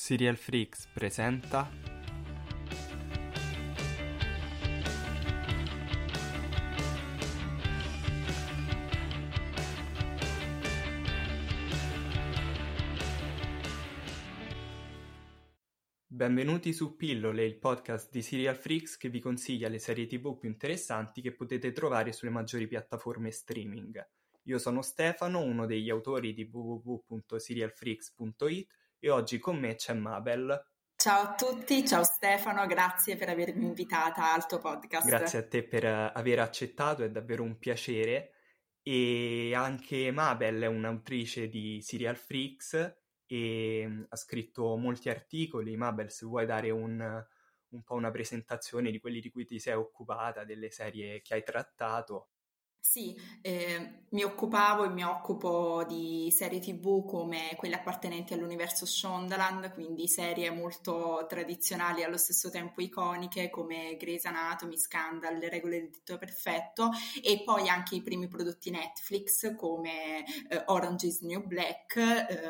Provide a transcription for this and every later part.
Serial Freaks presenta Benvenuti su Pillole, il podcast di Serial Freaks che vi consiglia le serie TV più interessanti che potete trovare sulle maggiori piattaforme streaming. Io sono Stefano, uno degli autori di www.serialfreaks.it e oggi con me c'è Mabel. Ciao a tutti, ciao Stefano, grazie per avermi invitata al tuo podcast. Grazie a te per aver accettato, è davvero un piacere. E anche Mabel è un'autrice di Serial Freaks e ha scritto molti articoli. Mabel, se vuoi dare un po' una presentazione di quelli di cui ti sei occupata, delle serie che hai trattato. Sì, mi occupavo e mi occupo di serie TV come quelle appartenenti all'universo Shondaland, quindi serie molto tradizionali e allo stesso tempo iconiche come Grey's Anatomy, Scandal, Le regole del diritto perfetto, e poi anche i primi prodotti Netflix come Orange is the New Black,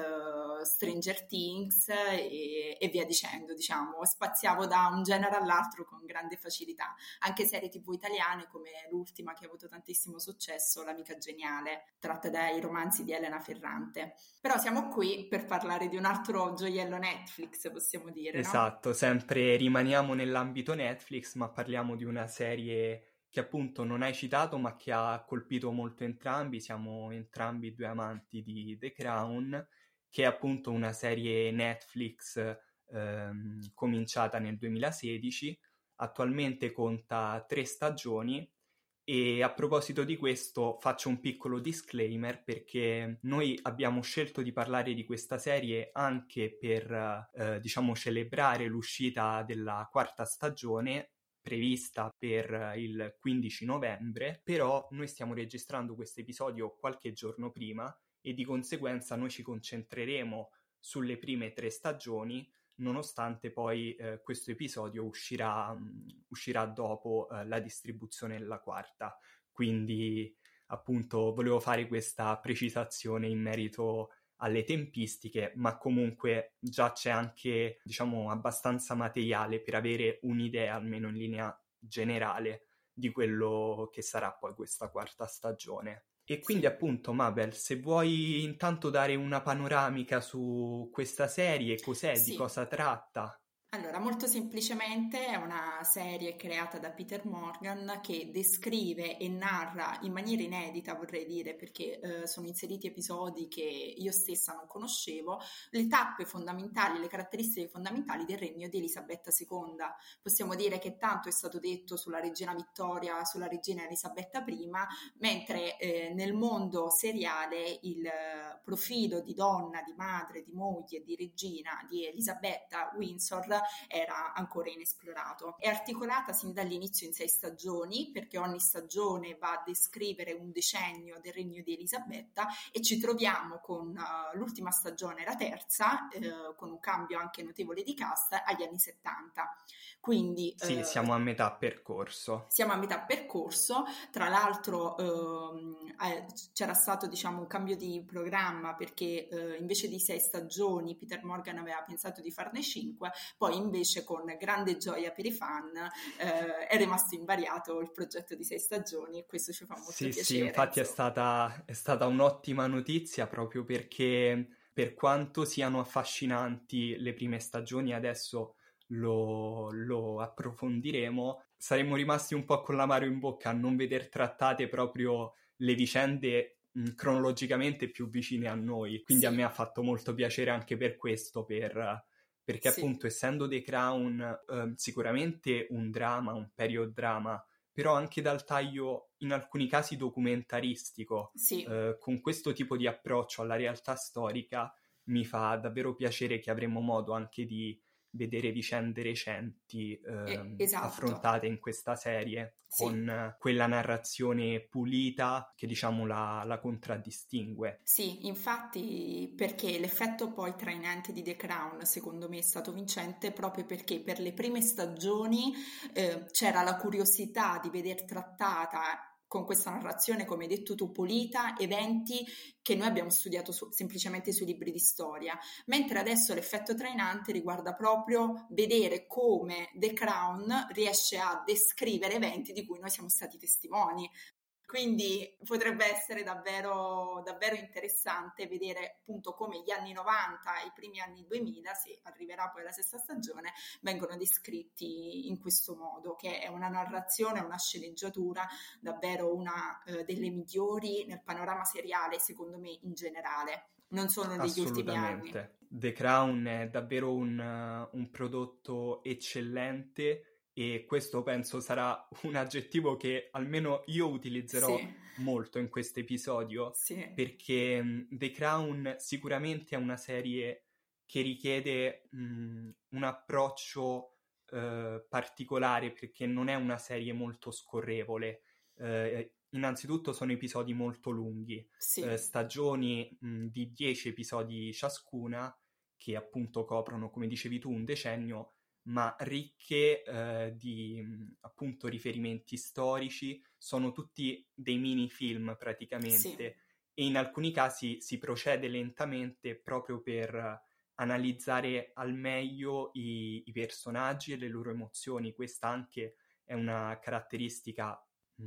Stranger Things e via dicendo, diciamo. Spaziavo da un genere all'altro con grande facilità. Anche serie TV italiane come l'ultima che ha avuto tantissimo successo, L'amica geniale, tratta dai romanzi di Elena Ferrante. Però siamo qui per parlare di un altro gioiello Netflix, possiamo dire, Esatto, no? sempre rimaniamo nell'ambito Netflix, ma parliamo di una serie che appunto non hai citato, ma che ha colpito molto entrambi. Siamo entrambi due amanti di The Crown, che è appunto una serie Netflix cominciata nel 2016, attualmente conta 3 stagioni. E a proposito di questo faccio un piccolo disclaimer perché noi abbiamo scelto di parlare di questa serie anche per, diciamo, celebrare l'uscita della 4ª stagione prevista per il 15 novembre, però noi stiamo registrando questo episodio qualche giorno prima e di conseguenza noi ci concentreremo sulle prime 3 stagioni, nonostante poi questo episodio uscirà dopo la distribuzione della 4ª. Quindi appunto volevo fare questa precisazione in merito alle tempistiche, ma comunque già c'è anche, diciamo, abbastanza materiale per avere un'idea, almeno in linea generale, di quello che sarà poi questa 4ª stagione. E quindi appunto, Mabel, se vuoi intanto dare una panoramica su questa serie, cos'è, di cosa tratta? Allora, molto semplicemente è una serie creata da Peter Morgan che descrive e narra in maniera inedita, vorrei dire, perché sono inseriti episodi che io stessa non conoscevo, le tappe fondamentali, le caratteristiche fondamentali del regno di Elisabetta II. Possiamo dire che tanto è stato detto sulla regina Vittoria, sulla regina Elisabetta I, mentre nel mondo seriale il profilo di donna, di madre, di moglie, di regina di Elisabetta Windsor era ancora inesplorato. È articolata sin dall'inizio in 6 stagioni, perché ogni stagione va a descrivere un decennio del regno di Elisabetta, e ci troviamo con l'ultima stagione, la terza, con un cambio anche notevole di cast, agli anni 70. Quindi sì, siamo a metà percorso. Siamo a metà percorso, tra l'altro c'era stato, diciamo, un cambio di programma perché invece di 6 stagioni Peter Morgan aveva pensato di farne 5, poi invece con grande gioia per i fan è rimasto invariato il progetto di 6 stagioni e questo ci fa molto piacere. Sì, infatti è stata un'ottima notizia proprio perché per quanto siano affascinanti le prime stagioni, adesso lo approfondiremo, saremmo rimasti un po' con l'amaro in bocca a non veder trattate proprio le vicende cronologicamente più vicine a noi, quindi Sì. A me ha fatto molto piacere anche per questo, perché Sì. appunto essendo The Crown sicuramente un drama, un period drama, però anche dal taglio in alcuni casi documentaristico, Sì. con questo tipo di approccio alla realtà storica mi fa davvero piacere che avremo modo anche di vedere vicende recenti Esatto. affrontate in questa serie con quella narrazione pulita che diciamo la contraddistingue. Sì, infatti, perché l'effetto poi trainante di The Crown secondo me è stato vincente proprio perché per le prime stagioni c'era la curiosità di veder trattata con questa narrazione, come hai detto tu, pulita, eventi che noi abbiamo studiato semplicemente sui libri di storia, mentre adesso l'effetto trainante riguarda proprio vedere come The Crown riesce a descrivere eventi di cui noi siamo stati testimoni. Quindi potrebbe essere davvero, davvero interessante vedere appunto come gli anni 90 e i primi anni 2000, se arriverà poi la sesta stagione, vengono descritti in questo modo, che è una narrazione, una sceneggiatura davvero una delle migliori nel panorama seriale, secondo me, in generale, non solo negli ultimi anni. Assolutamente. The Crown è davvero un prodotto eccellente e questo penso sarà un aggettivo che almeno io utilizzerò Sì, molto in questo episodio, sì, perché The Crown sicuramente è una serie che richiede un approccio particolare, perché non è una serie molto scorrevole. Innanzitutto sono episodi molto lunghi, sì, stagioni di 10 episodi ciascuna, che appunto coprono, come dicevi tu, un decennio, ma ricche di appunto riferimenti storici, sono tutti dei mini film sì, praticamente, e in alcuni casi si procede lentamente proprio per analizzare al meglio i personaggi e le loro emozioni. Questa anche è una caratteristica,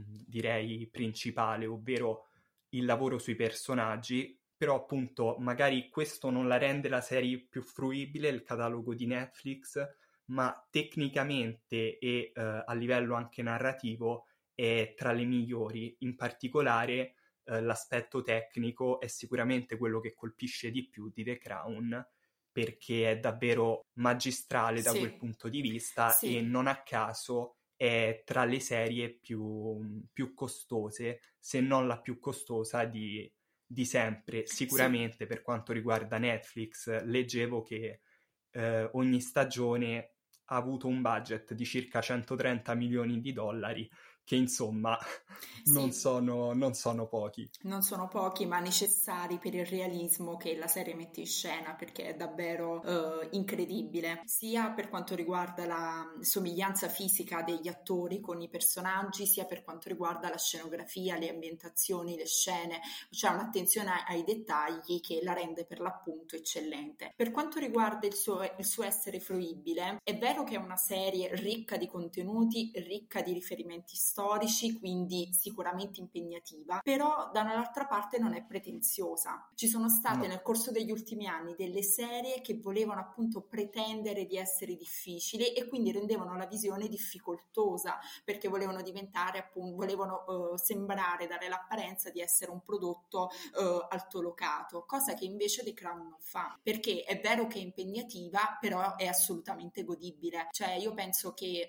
direi, principale, ovvero il lavoro sui personaggi, però appunto magari questo non la rende la serie più fruibile, il catalogo di Netflix, ma tecnicamente e a livello anche narrativo è tra le migliori. In particolare l'aspetto tecnico è sicuramente quello che colpisce di più di The Crown, perché è davvero magistrale da quel sì, punto di vista e sì, non a caso è tra le serie più costose, se non la più costosa di sempre. sì. Sicuramente per quanto riguarda Netflix, leggevo che ogni stagione ha avuto un budget di circa 130 milioni di dollari, che insomma Sì, non sono pochi. non sono pochi, ma necessari per il realismo che la serie mette in scena, perché è davvero incredibile, sia per quanto riguarda la somiglianza fisica degli attori con i personaggi, sia per quanto riguarda la scenografia, le ambientazioni, le scene. C'è un'attenzione ai dettagli che la rende per l'appunto eccellente. Per quanto riguarda il suo essere fruibile, è vero che è una serie ricca di contenuti, ricca di riferimenti storici, quindi sicuramente impegnativa, però dall'altra parte non è pretenziosa. Ci sono state No, nel corso degli ultimi anni delle serie che volevano appunto pretendere di essere difficili e quindi rendevano la visione difficoltosa, perché volevano diventare appunto, volevano sembrare, dare l'apparenza di essere un prodotto altolocato, cosa che invece The Crown non fa, perché è vero che è impegnativa, però è assolutamente godibile. Cioè io penso che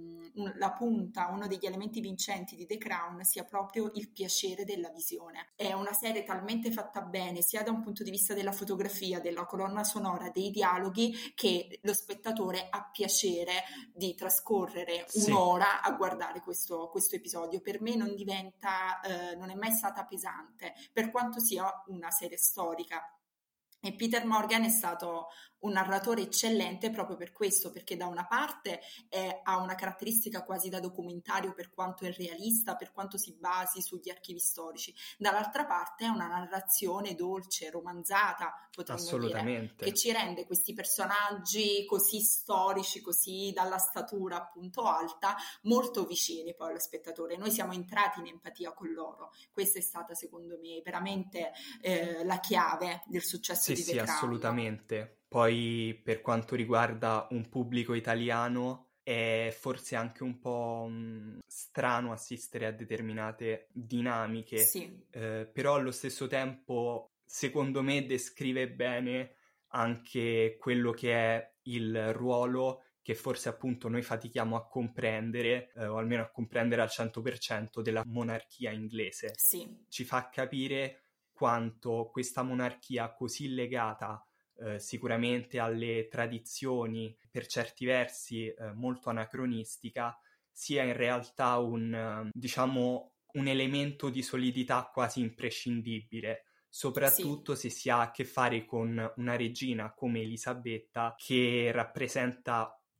la punta, uno degli elementi vincenti di The Crown sia proprio il piacere della visione. È una serie talmente fatta bene, sia da un punto di vista della fotografia, della colonna sonora, dei dialoghi, che lo spettatore ha piacere di trascorrere sì. un'ora a guardare questo episodio. Per me non diventa, non è mai stata pesante, per quanto sia una serie storica. E Peter Morgan è stato un narratore eccellente proprio per questo, perché da una parte ha una caratteristica quasi da documentario per quanto è realista, per quanto si basi sugli archivi storici, dall'altra parte è una narrazione dolce, romanzata, potremmo dire, che Assolutamente. ci rende questi personaggi così storici, così dalla statura appunto alta, molto vicini poi allo spettatore. Noi siamo entrati in empatia con loro. Questa è stata, secondo me, veramente la chiave del successo Sì, di The sì, Crown. assolutamente. Poi per quanto riguarda un pubblico italiano è forse anche un po' strano assistere a determinate dinamiche, Sì, però allo stesso tempo secondo me descrive bene anche quello che è il ruolo che forse appunto noi fatichiamo a comprendere, o almeno a comprendere al 100% della monarchia inglese. sì, Ci fa capire quanto questa monarchia così legata sicuramente alle tradizioni, per certi versi molto anacronistica, sia in realtà diciamo, un elemento di solidità quasi imprescindibile, sì, soprattutto se si ha a che fare con una regina come Elisabetta che rappresenta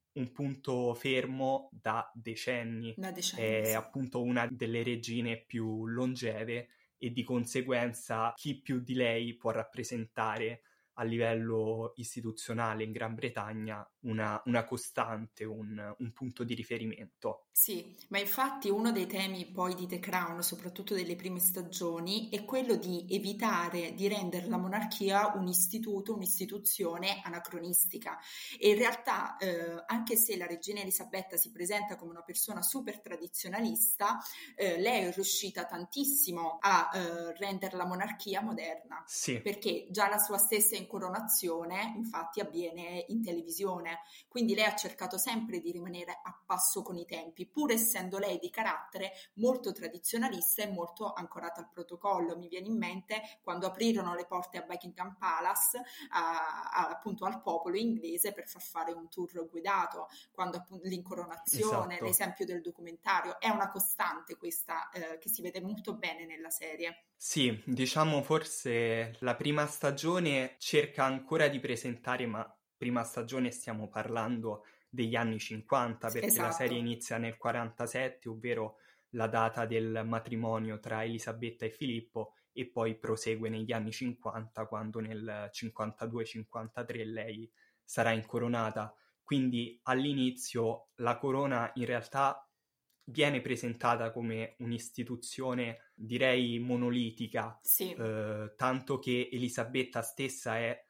un punto fermo da decenni. Da decenni, È sì. appunto una delle regine più longeve e di conseguenza chi più di lei può rappresentare a livello istituzionale in Gran Bretagna una costante, un punto di riferimento. Sì, ma infatti uno dei temi poi di The Crown, soprattutto delle prime stagioni, è quello di evitare di rendere la monarchia un istituto, un'istituzione anacronistica. E in realtà, anche se la regina Elisabetta si presenta come una persona super tradizionalista, lei è riuscita tantissimo a rendere la monarchia moderna. Sì, Perché già la sua stessa incoronazione, infatti, avviene in televisione. Quindi lei ha cercato sempre di rimanere a passo con i tempi, pur essendo lei di carattere molto tradizionalista e molto ancorata al protocollo. Mi viene in mente quando aprirono le porte a Buckingham Palace appunto al popolo inglese per far fare un tour guidato, quando appunto l'incoronazione, esatto. l'esempio del documentario, è una costante questa che si vede molto bene nella serie. Sì, diciamo forse la prima stagione cerca ancora di presentare, ma prima stagione stiamo parlando degli anni 50, perché la serie Esatto. inizia nel 47, ovvero la data del matrimonio tra Elisabetta e Filippo, e poi prosegue negli anni 50, quando nel 52-53 lei sarà incoronata. Quindi all'inizio la corona in realtà viene presentata come un'istituzione, direi, monolitica, Sì, tanto che Elisabetta stessa è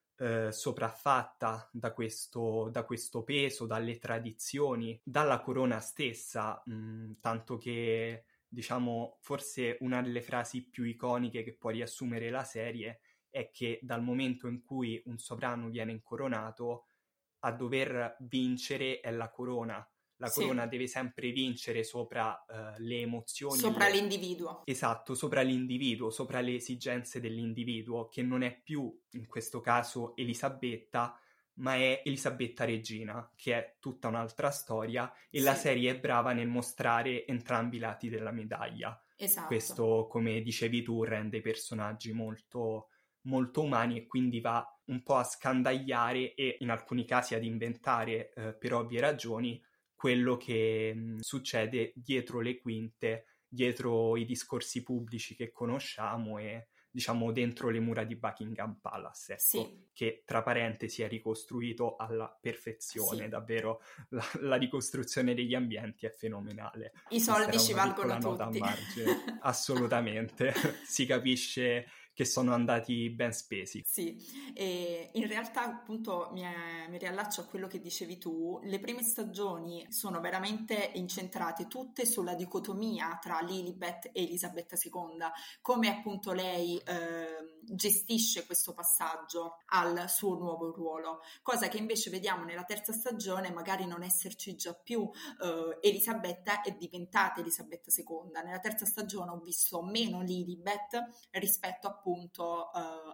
sopraffatta da questo peso, dalle tradizioni, dalla corona stessa, tanto che, diciamo, forse una delle frasi più iconiche che può riassumere la serie è che dal momento in cui un sovrano viene incoronato, a dover vincere è la corona. La corona sì, deve sempre vincere sopra le emozioni e sopra l'individuo. Esatto, sopra l'individuo, sopra le esigenze dell'individuo, che non è più, in questo caso, Elisabetta, ma è Elisabetta Regina, che è tutta un'altra storia, e la Sì, serie è brava nel mostrare entrambi i lati della medaglia. esatto. Questo, come dicevi tu, rende i personaggi molto, molto umani e quindi va un po' a scandagliare e in alcuni casi ad inventare, per ovvie ragioni, quello che succede dietro le quinte, dietro i discorsi pubblici che conosciamo e, diciamo, dentro le mura di Buckingham Palace, ecco, Sì, che tra parentesi è ricostruito alla perfezione, sì. davvero la ricostruzione degli ambienti è fenomenale. I Questa soldi era ci una valgono piccola nota a tutti. margine, assolutamente, si capisce che sono andati ben spesi. Sì, e in realtà appunto mi riallaccio a quello che dicevi tu, le prime stagioni sono veramente incentrate tutte sulla dicotomia tra Lilibet e Elisabetta II, come appunto lei gestisce questo passaggio al suo nuovo ruolo, cosa che invece vediamo nella terza stagione magari non esserci già più. Elisabetta è diventata Elisabetta II, nella terza stagione ho visto meno Lilibet rispetto appunto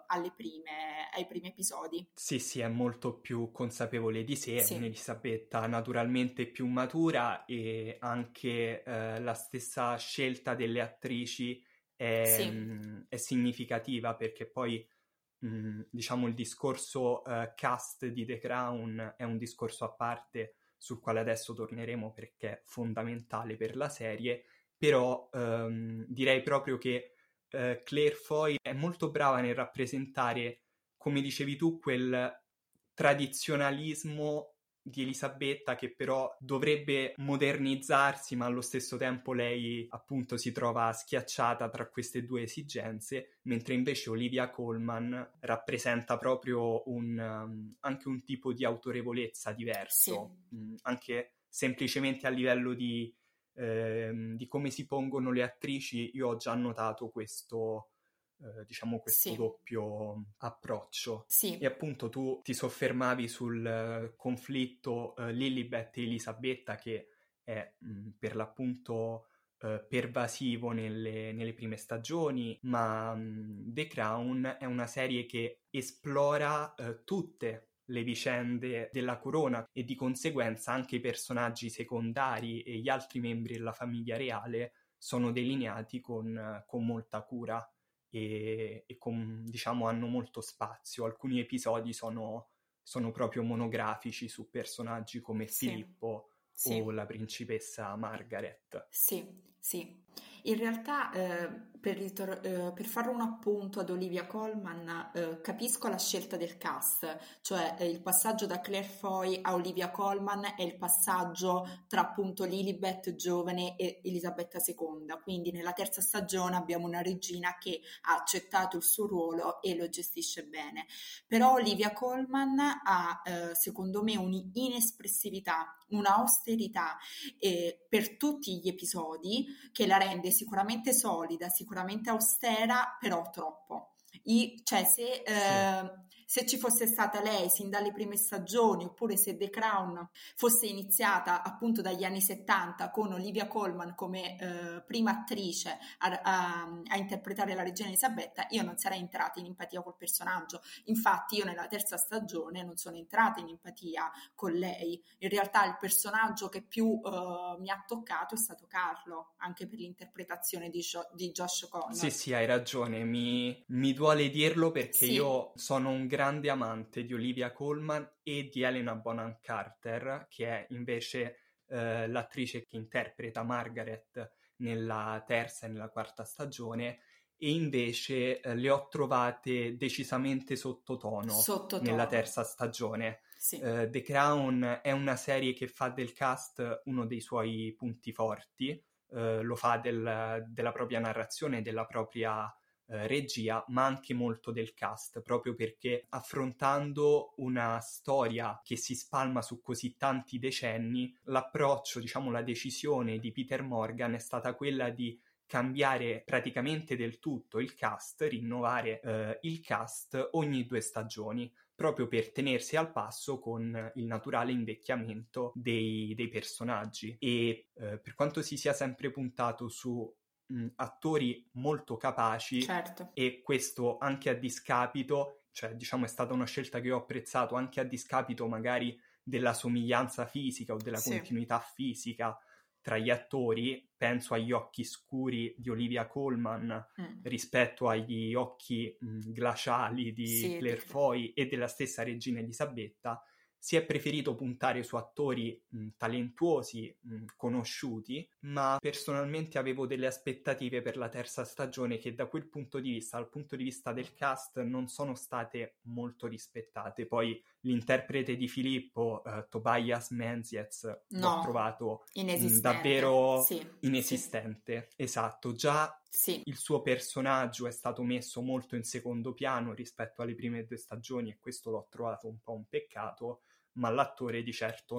ai primi episodi. Sì, sì, è molto più consapevole di sé, è Sì, un'Elisabetta naturalmente più matura e anche la stessa scelta delle attrici sì, è significativa perché poi, diciamo, il discorso cast di The Crown è un discorso a parte sul quale adesso torneremo perché è fondamentale per la serie, però direi proprio che Claire Foy è molto brava nel rappresentare, come dicevi tu, quel tradizionalismo di Elisabetta che però dovrebbe modernizzarsi, ma allo stesso tempo lei appunto si trova schiacciata tra queste due esigenze, mentre invece Olivia Colman rappresenta proprio anche un tipo di autorevolezza sì, diverso, anche semplicemente a livello di come si pongono le attrici. Io ho già notato diciamo, questo sì, doppio approccio. E sì, appunto tu ti soffermavi sul conflitto Lilibet e Elisabetta che è per l'appunto pervasivo nelle prime stagioni, ma The Crown è una serie che esplora tutte le vicende della corona e di conseguenza anche i personaggi secondari e gli altri membri della famiglia reale sono delineati con molta cura e diciamo hanno molto spazio. Alcuni episodi sono sono proprio monografici su personaggi come Sì, Filippo sì. o la principessa Margaret. Sì, sì. In realtà, per fare un appunto ad Olivia Colman, capisco la scelta del cast, cioè il passaggio da Claire Foy a Olivia Colman è il passaggio tra appunto Lilibet giovane e Elisabetta II, quindi nella terza stagione abbiamo una regina che ha accettato il suo ruolo e lo gestisce bene. Però Olivia Colman ha, secondo me, un'inespressività, un'austerità per tutti gli episodi che la rende sicuramente solida, sicuramente austera, però troppo. Cioè, Sì. se ci fosse stata lei sin dalle prime stagioni, oppure se The Crown fosse iniziata appunto dagli anni 70 con Olivia Colman come prima attrice a interpretare la regina Elisabetta, io non sarei entrata in empatia col personaggio. Infatti io nella terza stagione non sono entrata in empatia con lei. In realtà il personaggio che più mi ha toccato è stato Carlo, anche per l'interpretazione di Josh Sì, Connor. sì, hai ragione, mi duole dirlo perché Sì, io sono un grande amante di Olivia Colman e di Helena Bonham Carter, che è invece l'attrice che interpreta Margaret nella terza e nella quarta stagione, e invece le ho trovate decisamente sottotono nella sottotono. terza stagione. Sì, The Crown è una serie che fa del cast uno dei suoi punti forti, lo fa della propria narrazione, della propria regia, ma anche molto del cast, proprio perché affrontando una storia che si spalma su così tanti decenni, l'approccio, diciamo la decisione di Peter Morgan è stata quella di cambiare praticamente del tutto il cast, rinnovare il cast ogni 2 stagioni, proprio per tenersi al passo con il naturale invecchiamento dei personaggi. E per quanto si sia sempre puntato su attori molto capaci, certo. e questo anche a discapito, cioè diciamo è stata una scelta che ho apprezzato anche a discapito magari della somiglianza fisica o della Sì. continuità fisica tra gli attori, penso agli occhi scuri di Olivia Colman Mm. rispetto agli occhi glaciali di Sì, Claire Foy e della stessa regina Elisabetta. Si è preferito puntare su attori talentuosi, conosciuti, ma personalmente avevo delle aspettative per la terza stagione che da quel punto di vista, dal punto di vista del cast, non sono state molto rispettate. Poi l'interprete di Filippo, Tobias Menzies, l'ho no, trovato inesistente. davvero Sì, sì, inesistente. Esatto, già sì. il suo personaggio è stato messo molto in secondo piano rispetto alle prime 2 stagioni e questo l'ho trovato un po' un peccato, ma l'attore di certo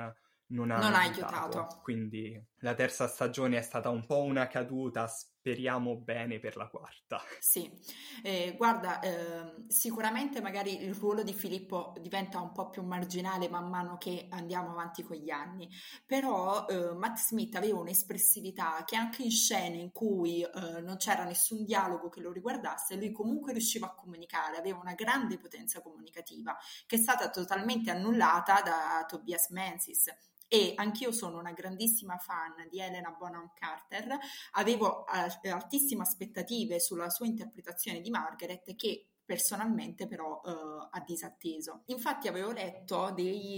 non ha Non ha aiutato. aiutato. Quindi la terza stagione è stata un po' una caduta, speriamo bene per la quarta. Sì, guarda, sicuramente magari il ruolo di Filippo diventa un po' più marginale man mano che andiamo avanti con gli anni, però Matt Smith aveva un'espressività che anche in scene in cui non c'era nessun dialogo che lo riguardasse, lui comunque riusciva a comunicare, aveva una grande potenza comunicativa che è stata totalmente annullata da Tobias Menzies. E anch'io sono una grandissima fan di Helena Bonham Carter, avevo altissime aspettative sulla sua interpretazione di Margaret che personalmente però ha disatteso. Infatti avevo letto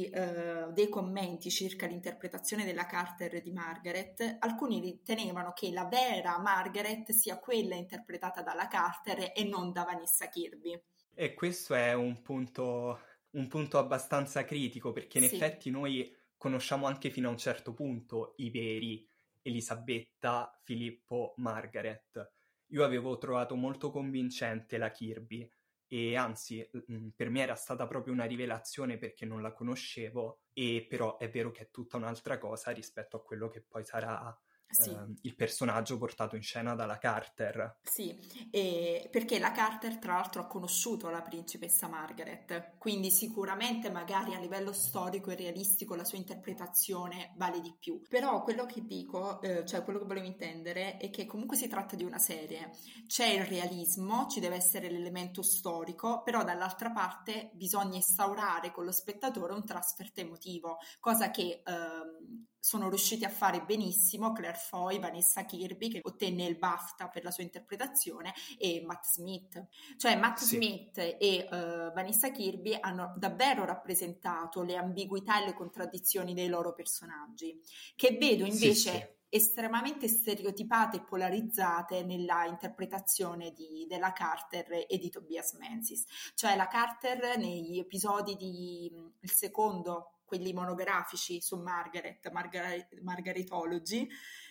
dei commenti circa l'interpretazione della Carter di Margaret, alcuni ritenevano che la vera Margaret sia quella interpretata dalla Carter e non da Vanessa Kirby. E questo è un punto abbastanza critico, perché in Sì, effetti noi conosciamo anche fino a un certo punto i veri Elisabetta, Filippo, Margaret. Io avevo trovato molto convincente la Kirby e anzi per me era stata proprio una rivelazione perché non la conoscevo, e però è vero che è tutta un'altra cosa rispetto a quello che poi sarà sì. il personaggio portato in scena dalla Carter. Sì, perché la Carter tra l'altro ha conosciuto la principessa Margaret, quindi sicuramente magari a livello storico e realistico la sua interpretazione vale di più. Però quello che dico, cioè quello che volevo intendere è che comunque si tratta di una serie, c'è il realismo, ci deve essere l'elemento storico, però dall'altra parte bisogna instaurare con lo spettatore un trasferto emotivo, cosa che sono riusciti a fare benissimo Claire Foy, Vanessa Kirby, che ottenne il BAFTA per la sua interpretazione, e Matt Smith. Cioè Matt Smith e Vanessa Kirby hanno davvero rappresentato le ambiguità e le contraddizioni dei loro personaggi, che vedo invece estremamente stereotipate e polarizzate nella interpretazione della Carter e di Tobias Menzies. Cioè la Carter negli episodi il secondo, quelli monografici su Margaretology,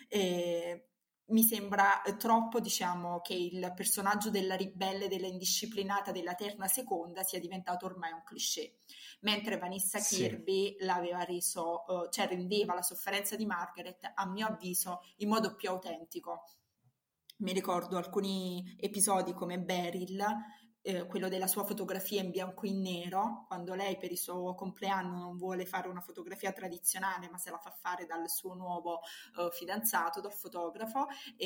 mi sembra troppo, diciamo, che il personaggio della ribelle, della indisciplinata, della terna seconda sia diventato ormai un cliché, mentre Vanessa Kirby l'aveva reso, cioè rendeva la sofferenza di Margaret, a mio avviso, in modo più autentico. Mi ricordo alcuni episodi come Beryl, quello della sua fotografia in bianco e nero, quando lei per il suo compleanno non vuole fare una fotografia tradizionale ma se la fa fare dal suo nuovo fidanzato, dal fotografo,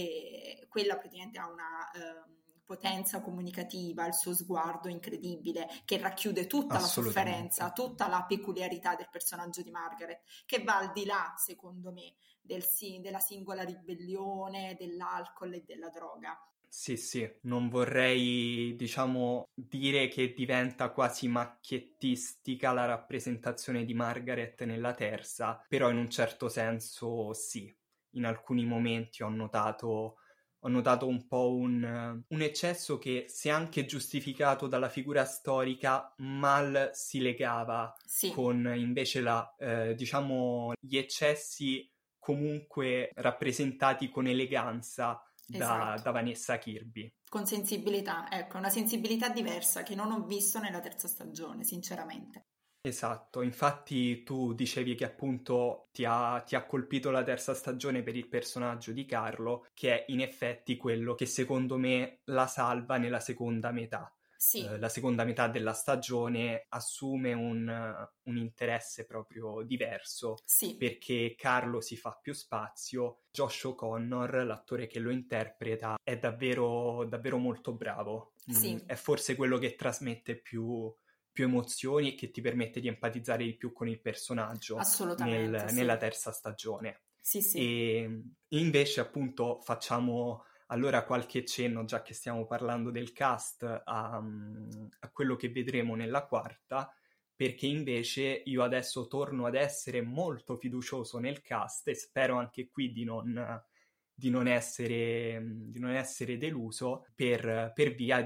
e quella praticamente ha una potenza comunicativa, il suo sguardo incredibile che racchiude tutta la sofferenza, tutta la peculiarità del personaggio di Margaret, che va al di là, secondo me, della singola ribellione, dell'alcol e della droga. Sì, non vorrei, diciamo, dire che diventa quasi macchiettistica la rappresentazione di Margaret nella terza, però in un certo senso sì. In alcuni momenti ho notato un po' un eccesso che, se anche giustificato dalla figura storica, mal si legava con invece diciamo, gli eccessi comunque rappresentati con eleganza da Vanessa Kirby. Con sensibilità, ecco, una sensibilità diversa che non ho visto nella terza stagione, sinceramente. Esatto, infatti tu dicevi che appunto ti ha colpito la terza stagione per il personaggio di Carlo, che è in effetti quello che secondo me la salva nella seconda metà. La seconda metà della stagione assume un interesse proprio diverso, perché Carlo si fa più spazio. Josh O'Connor, l'attore che lo interpreta, è davvero, davvero molto bravo. È forse quello che trasmette più emozioni e che ti permette di empatizzare di più con il personaggio nella terza stagione. E invece appunto facciamo allora qualche cenno, già che stiamo parlando del cast, a quello che vedremo nella quarta, perché invece io adesso torno ad essere molto fiducioso nel cast e spero anche qui di non essere deluso per via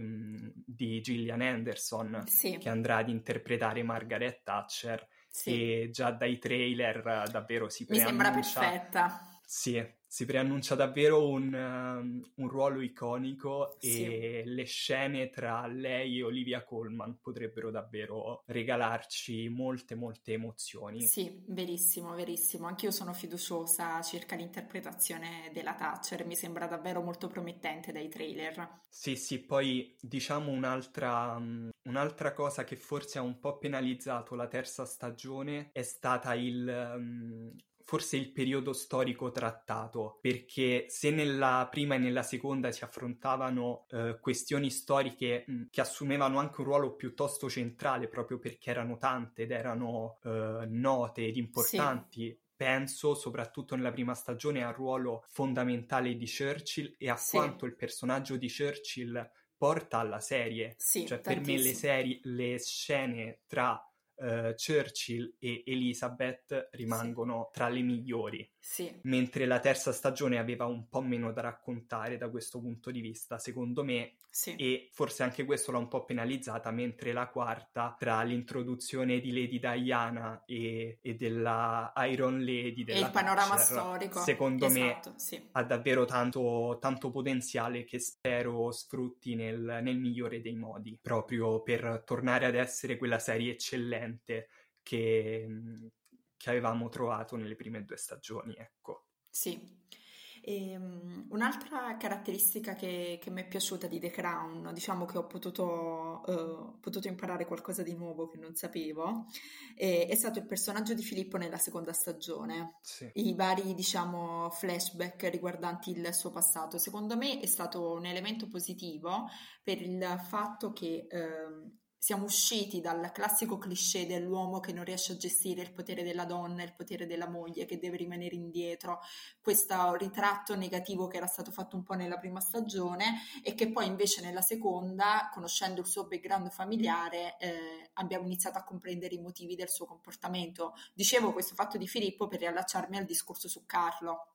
di Gillian Anderson, che andrà ad interpretare Margaret Thatcher, che già dai trailer davvero si preannuncia. Mi sembra perfetta. Si preannuncia davvero un ruolo iconico e le scene tra lei e Olivia Colman potrebbero davvero regalarci molte, molte emozioni. Sì, verissimo, verissimo. Anch'io sono fiduciosa circa l'interpretazione della Thatcher, mi sembra davvero molto promettente dai trailer. Sì, poi diciamo un'altra cosa che forse ha un po' penalizzato la terza stagione è stata forse il periodo storico trattato, perché se nella prima e nella seconda si affrontavano questioni storiche che assumevano anche un ruolo piuttosto centrale, proprio perché erano tante ed erano note ed importanti, penso soprattutto nella prima stagione al ruolo fondamentale di Churchill e a quanto il personaggio di Churchill porta alla serie. Cioè per me le scene tra Churchill e Elizabeth rimangono tra le migliori, mentre la terza stagione aveva un po' meno da raccontare da questo punto di vista, secondo me, e forse anche questo l'ha un po' penalizzata, mentre la quarta, tra l'introduzione di Lady Diana e della Iron Lady della e il panorama Thatcher, storico, secondo me ha davvero tanto, tanto potenziale che spero sfrutti nel migliore dei modi, proprio per tornare ad essere quella serie eccellente che avevamo trovato nelle prime 2 stagioni, ecco. Un'altra caratteristica che mi è piaciuta di The Crown, diciamo che ho potuto imparare qualcosa di nuovo che non sapevo, è stato il personaggio di Filippo nella seconda stagione. I vari, diciamo, flashback riguardanti il suo passato. Secondo me è stato un elemento positivo per il fatto che siamo usciti dal classico cliché dell'uomo che non riesce a gestire il potere della donna, il potere della moglie, che deve rimanere indietro, questo ritratto negativo che era stato fatto un po' nella prima stagione e che poi invece nella seconda, conoscendo il suo background familiare, abbiamo iniziato a comprendere i motivi del suo comportamento. Dicevo questo fatto di Filippo per riallacciarmi al discorso su Carlo.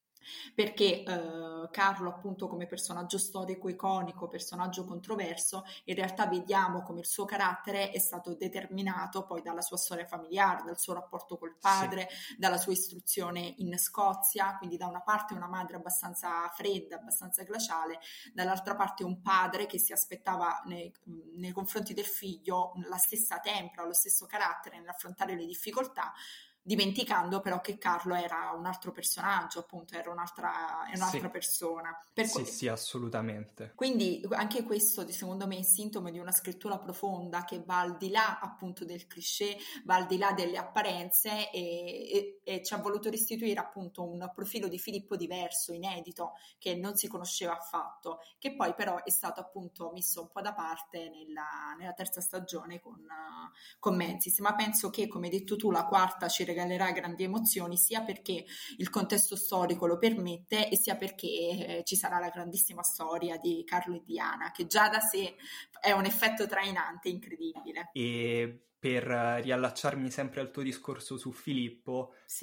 Perché Carlo, appunto, come personaggio storico iconico, personaggio controverso, in realtà vediamo come il suo carattere è stato determinato poi dalla sua storia familiare, dal suo rapporto col padre, dalla sua istruzione in Scozia, quindi da una parte una madre abbastanza fredda, abbastanza glaciale, dall'altra parte un padre che si aspettava nei confronti del figlio la stessa tempra, lo stesso carattere nell'affrontare le difficoltà, dimenticando però che Carlo era un altro personaggio, appunto, era un'altra persona. Sì, assolutamente. Quindi anche questo, secondo me, è sintomo di una scrittura profonda che va al di là, appunto, del cliché, va al di là delle apparenze e ci ha voluto restituire, appunto, un profilo di Filippo diverso, inedito, che non si conosceva affatto, che poi però è stato, appunto, messo un po' da parte nella terza stagione con Menzies. Ma penso che, come hai detto tu, la quarta ci regalerà grandi emozioni, sia perché il contesto storico lo permette e sia perché ci sarà la grandissima storia di Carlo e Diana, che già da sé è un effetto trainante incredibile. E per riallacciarmi sempre al tuo discorso su Filippo, sì.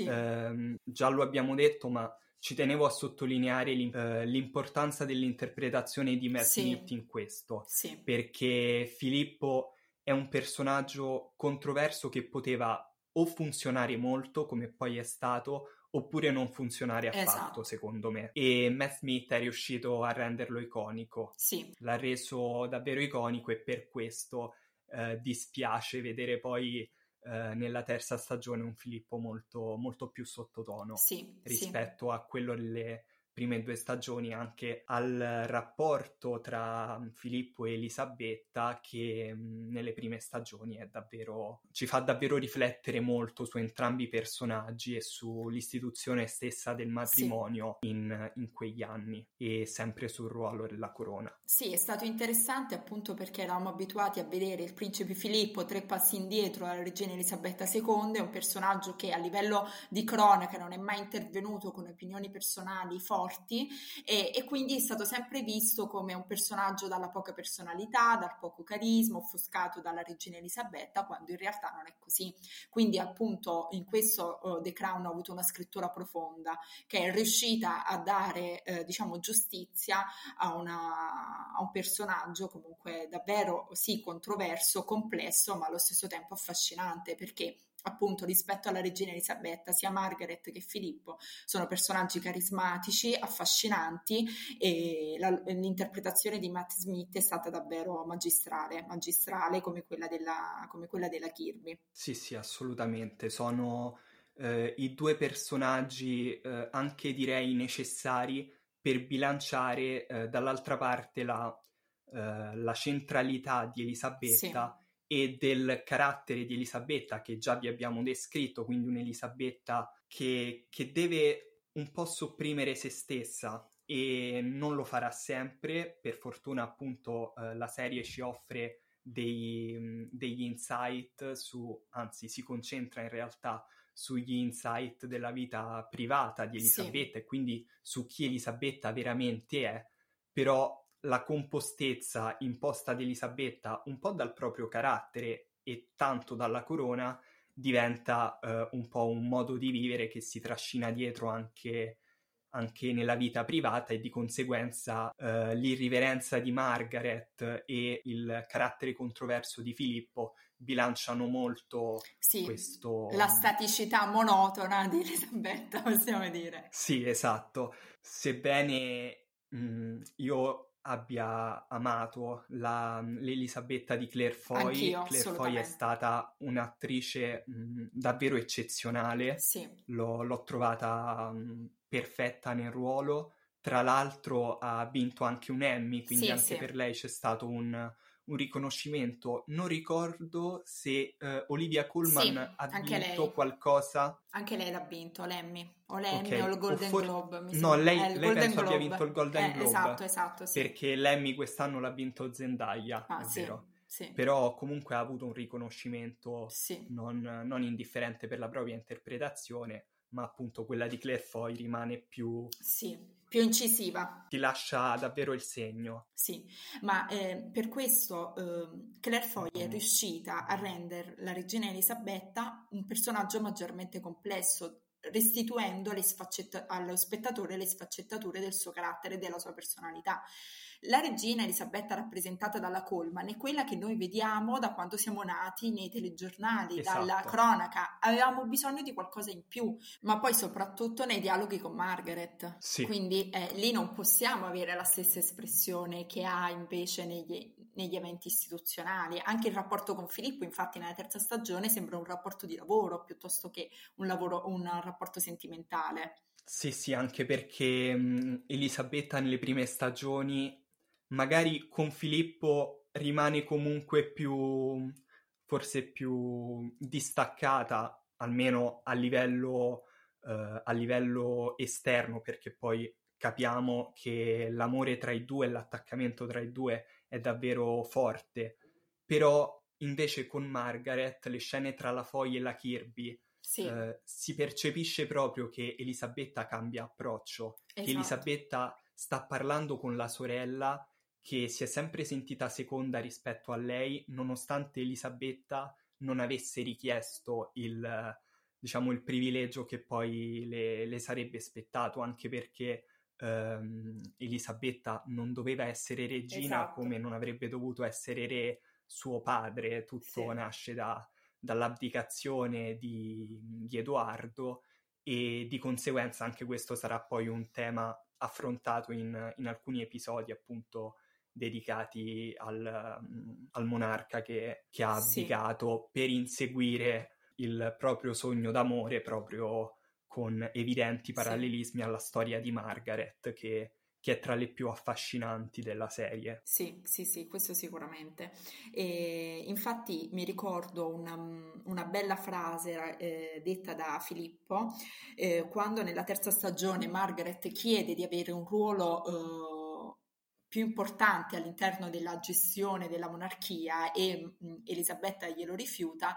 Già lo abbiamo detto, ma ci tenevo a sottolineare l'importanza dell'interpretazione di Matt Smith in questo, perché Filippo è un personaggio controverso che poteva o funzionare molto, come poi è stato, oppure non funzionare affatto, secondo me. E Matt Smith è riuscito a renderlo iconico. L'ha reso davvero iconico e per questo dispiace vedere poi nella terza stagione un Filippo molto, molto più sottotono rispetto a quello delle prime due stagioni, anche al rapporto tra Filippo e Elisabetta che nelle prime stagioni ci fa davvero riflettere molto su entrambi i personaggi e sull'istituzione stessa del matrimonio in quegli anni e sempre sul ruolo della corona. Sì, è stato interessante appunto perché eravamo abituati a vedere il principe Filippo 3 passi indietro alla regina Elisabetta II, è un personaggio che a livello di cronaca non è mai intervenuto con opinioni personali forti e quindi è stato sempre visto come un personaggio dalla poca personalità, dal poco carisma, offuscato dalla regina Elisabetta, quando in realtà non è così. Quindi appunto in questo The Crown ha avuto una scrittura profonda che è riuscita a dare diciamo giustizia a un personaggio comunque davvero controverso, complesso, ma allo stesso tempo affascinante, perché appunto rispetto alla regina Elisabetta sia Margaret che Filippo sono personaggi carismatici, affascinanti e l'interpretazione di Matt Smith è stata davvero magistrale come quella della Kirby. Sì, assolutamente, sono i due personaggi anche direi necessari per bilanciare dall'altra parte la centralità di Elisabetta e del carattere di Elisabetta che già vi abbiamo descritto, quindi un'Elisabetta che deve un po' sopprimere se stessa e non lo farà sempre. Per fortuna appunto la serie ci offre degli insight anzi si concentra in realtà sugli insight della vita privata di Elisabetta e quindi su chi Elisabetta veramente è, però la compostezza imposta ad Elisabetta un po' dal proprio carattere e tanto dalla corona diventa un po' un modo di vivere che si trascina dietro anche nella vita privata e di conseguenza l'irriverenza di Margaret e il carattere controverso di Filippo bilanciano molto questo... la staticità monotona di Elisabetta, possiamo dire. Sì, esatto. Sebbene io abbia amato l'Elisabetta di Claire Foy. Anch'io, Claire Foy è stata un'attrice davvero eccezionale. L'ho trovata perfetta nel ruolo. Tra l'altro ha vinto anche un Emmy, quindi per lei c'è stato un riconoscimento. Non ricordo se Olivia Colman ha vinto qualcosa. Anche lei l'ha vinto, l'Emmy. O l'Emmy o il Golden Globe. No, lei penso abbia vinto il Golden Globe. Esatto. Perché l'Emmy quest'anno l'ha vinto Zendaya, è vero. sì. Però comunque ha avuto un riconoscimento Sì. non indifferente per la propria interpretazione, ma appunto quella di Claire Foy rimane più... Sì, più incisiva. ti lascia davvero il segno. Sì, ma per questo Claire Foy è riuscita a rendere la regina Elisabetta un personaggio maggiormente complesso, restituendo allo spettatore le sfaccettature del suo carattere e della sua personalità. La regina Elisabetta rappresentata dalla Colman è quella che noi vediamo da quando siamo nati nei telegiornali, dalla Esatto. cronaca. Avevamo bisogno di qualcosa in più, ma poi soprattutto nei dialoghi con Margaret. Sì. Quindi lì non possiamo avere la stessa espressione che ha invece negli eventi istituzionali. Anche il rapporto con Filippo, infatti, nella terza stagione sembra un rapporto di lavoro piuttosto che un rapporto sentimentale. Sì, anche perché Elisabetta nelle prime stagioni, magari con Filippo rimane comunque forse più distaccata, almeno a livello esterno, perché poi capiamo che l'amore tra i due, l'attaccamento tra i due è davvero forte. Però invece con Margaret, le scene tra la Foy e la Kirby, Sì, si percepisce proprio che Elisabetta cambia approccio, che esatto. Elisabetta sta parlando con la sorella che si è sempre sentita seconda rispetto a lei, nonostante Elisabetta non avesse richiesto diciamo, il privilegio che poi le sarebbe spettato, anche perché Elisabetta non doveva essere regina, Esatto. come non avrebbe dovuto essere re suo padre. Tutto Sì. nasce dall'abdicazione di Edoardo, e di conseguenza anche questo sarà poi un tema affrontato in alcuni episodi appunto dedicati al monarca che ha Sì. abdicato per inseguire il proprio sogno d'amore, proprio con evidenti parallelismi alla storia di Margaret, che è tra le più affascinanti della serie. Sì, questo sicuramente. E infatti mi ricordo una bella frase detta da Filippo quando nella terza stagione Margaret chiede di avere un ruolo più importante all'interno della gestione della monarchia e Elisabetta glielo rifiuta.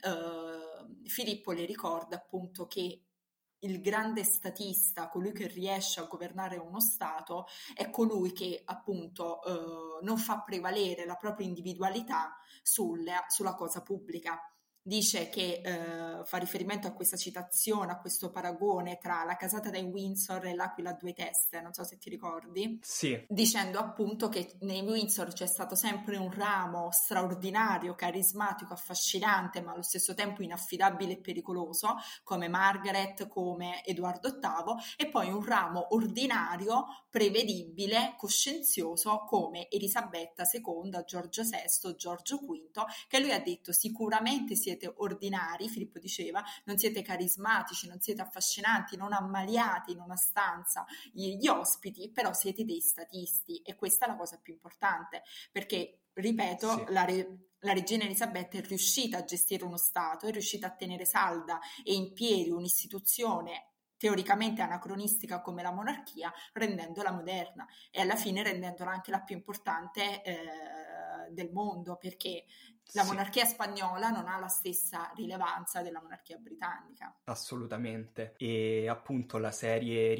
Filippo le ricorda appunto che il grande statista, colui che riesce a governare uno Stato, è colui che appunto non fa prevalere la propria individualità sulla cosa pubblica. Dice che fa riferimento a questa citazione, a questo paragone tra la casata dei Windsor e l'aquila a due teste, non so se ti ricordi, Sì, dicendo appunto che nei Windsor c'è stato sempre un ramo straordinario, carismatico, affascinante, ma allo stesso tempo inaffidabile e pericoloso, come Margaret, come Edoardo VIII, e poi un ramo ordinario, prevedibile, coscienzioso, come Elisabetta II, Giorgio VI, Giorgio V, che lui ha detto sicuramente siete ordinari, Filippo diceva, non siete carismatici, non siete affascinanti, non ammaliate in una stanza gli ospiti, però siete dei statisti, e questa è la cosa più importante, perché, ripeto, sì. la regina Elisabetta è riuscita a gestire uno Stato, è riuscita a tenere salda e in piedi un'istituzione teoricamente anacronistica come la monarchia, rendendola moderna e alla fine rendendola anche la più importante del mondo, perché la Sì, monarchia spagnola non ha la stessa rilevanza della monarchia britannica. assolutamente. E appunto la serie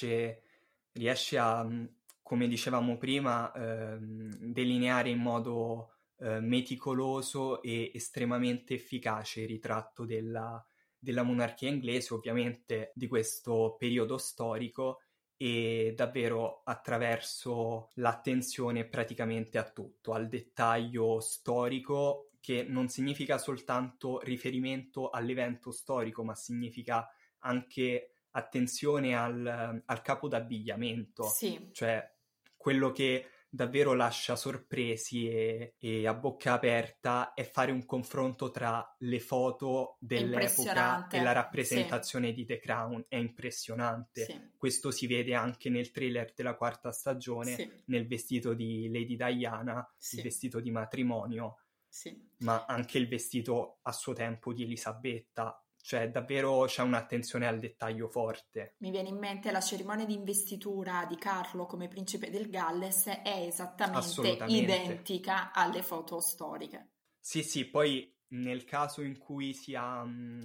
riesce a, come dicevamo prima, delineare in modo meticoloso e estremamente efficace il ritratto della monarchia inglese, ovviamente di questo periodo storico, e davvero attraverso l'attenzione praticamente a tutto, al dettaglio storico, che non significa soltanto riferimento all'evento storico, ma significa anche attenzione al capo d'abbigliamento, Sì, cioè quello che davvero lascia sorpresi e a bocca aperta è fare un confronto tra le foto è dell'epoca e la impressionante. Sì, rappresentazione di The Crown. È impressionante. sì, Questo si vede anche nel trailer della quarta stagione, sì, nel vestito di Lady Diana, il sì, vestito di matrimonio, sì. ma anche il vestito a suo tempo di Elisabetta. cioè davvero c'è un'attenzione al dettaglio forte. Mi viene in mente la cerimonia di investitura di Carlo come principe del Galles è esattamente identica alle foto storiche. Sì, poi nel caso in cui si ha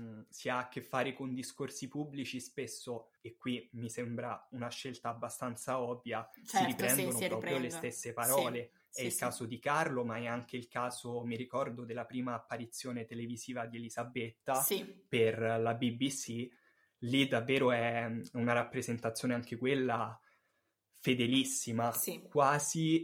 a che fare con discorsi pubblici, spesso, e qui mi sembra una scelta abbastanza ovvia, si riprendono proprio le stesse parole. È il caso di Carlo, ma è anche il caso, mi ricordo, della prima apparizione televisiva di Elisabetta per la BBC. Lì davvero è una rappresentazione anche quella fedelissima, quasi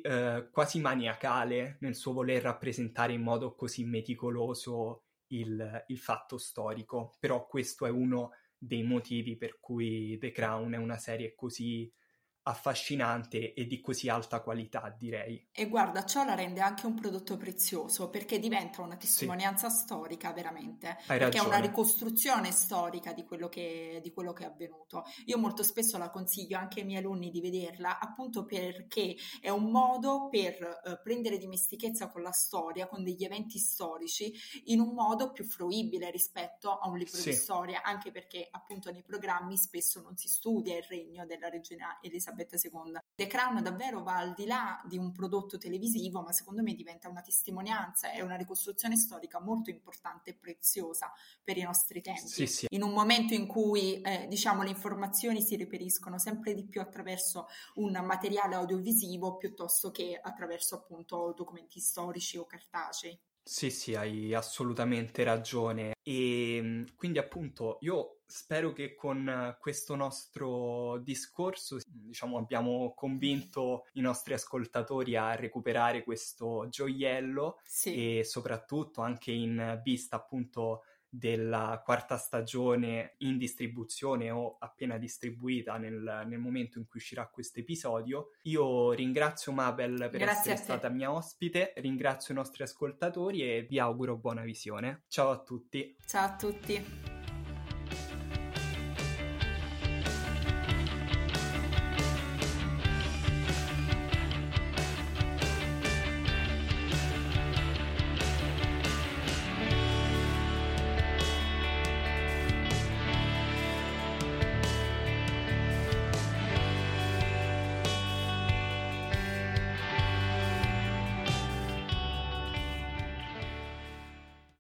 maniacale nel suo voler rappresentare in modo così meticoloso il fatto storico. Però questo è uno dei motivi per cui The Crown è una serie così affascinante e di così alta qualità, direi. E guarda, ciò la rende anche un prodotto prezioso, perché diventa una testimonianza storica veramente, perché è una ricostruzione storica di quello che è avvenuto. Io molto spesso la consiglio anche ai miei alunni di vederla, appunto perché è un modo per prendere dimestichezza con la storia, con degli eventi storici, in un modo più fruibile rispetto a un libro di storia, anche perché appunto nei programmi spesso non si studia il regno della regina Elisabetta II. The Crown davvero va al di là di un prodotto televisivo, ma secondo me diventa una testimonianza e una ricostruzione storica molto importante e preziosa per i nostri tempi. In un momento in cui le informazioni si reperiscono sempre di più attraverso un materiale audiovisivo piuttosto che attraverso appunto documenti storici o cartacei. Sì, hai assolutamente ragione. E quindi appunto io spero che con questo nostro discorso, abbiamo convinto i nostri ascoltatori a recuperare questo gioiello e soprattutto anche in vista appunto della quarta stagione in distribuzione o appena distribuita nel momento in cui uscirà questo episodio. Io ringrazio Mabel per essere stata mia ospite, ringrazio i nostri ascoltatori e vi auguro buona visione. Ciao a tutti. Ciao a tutti.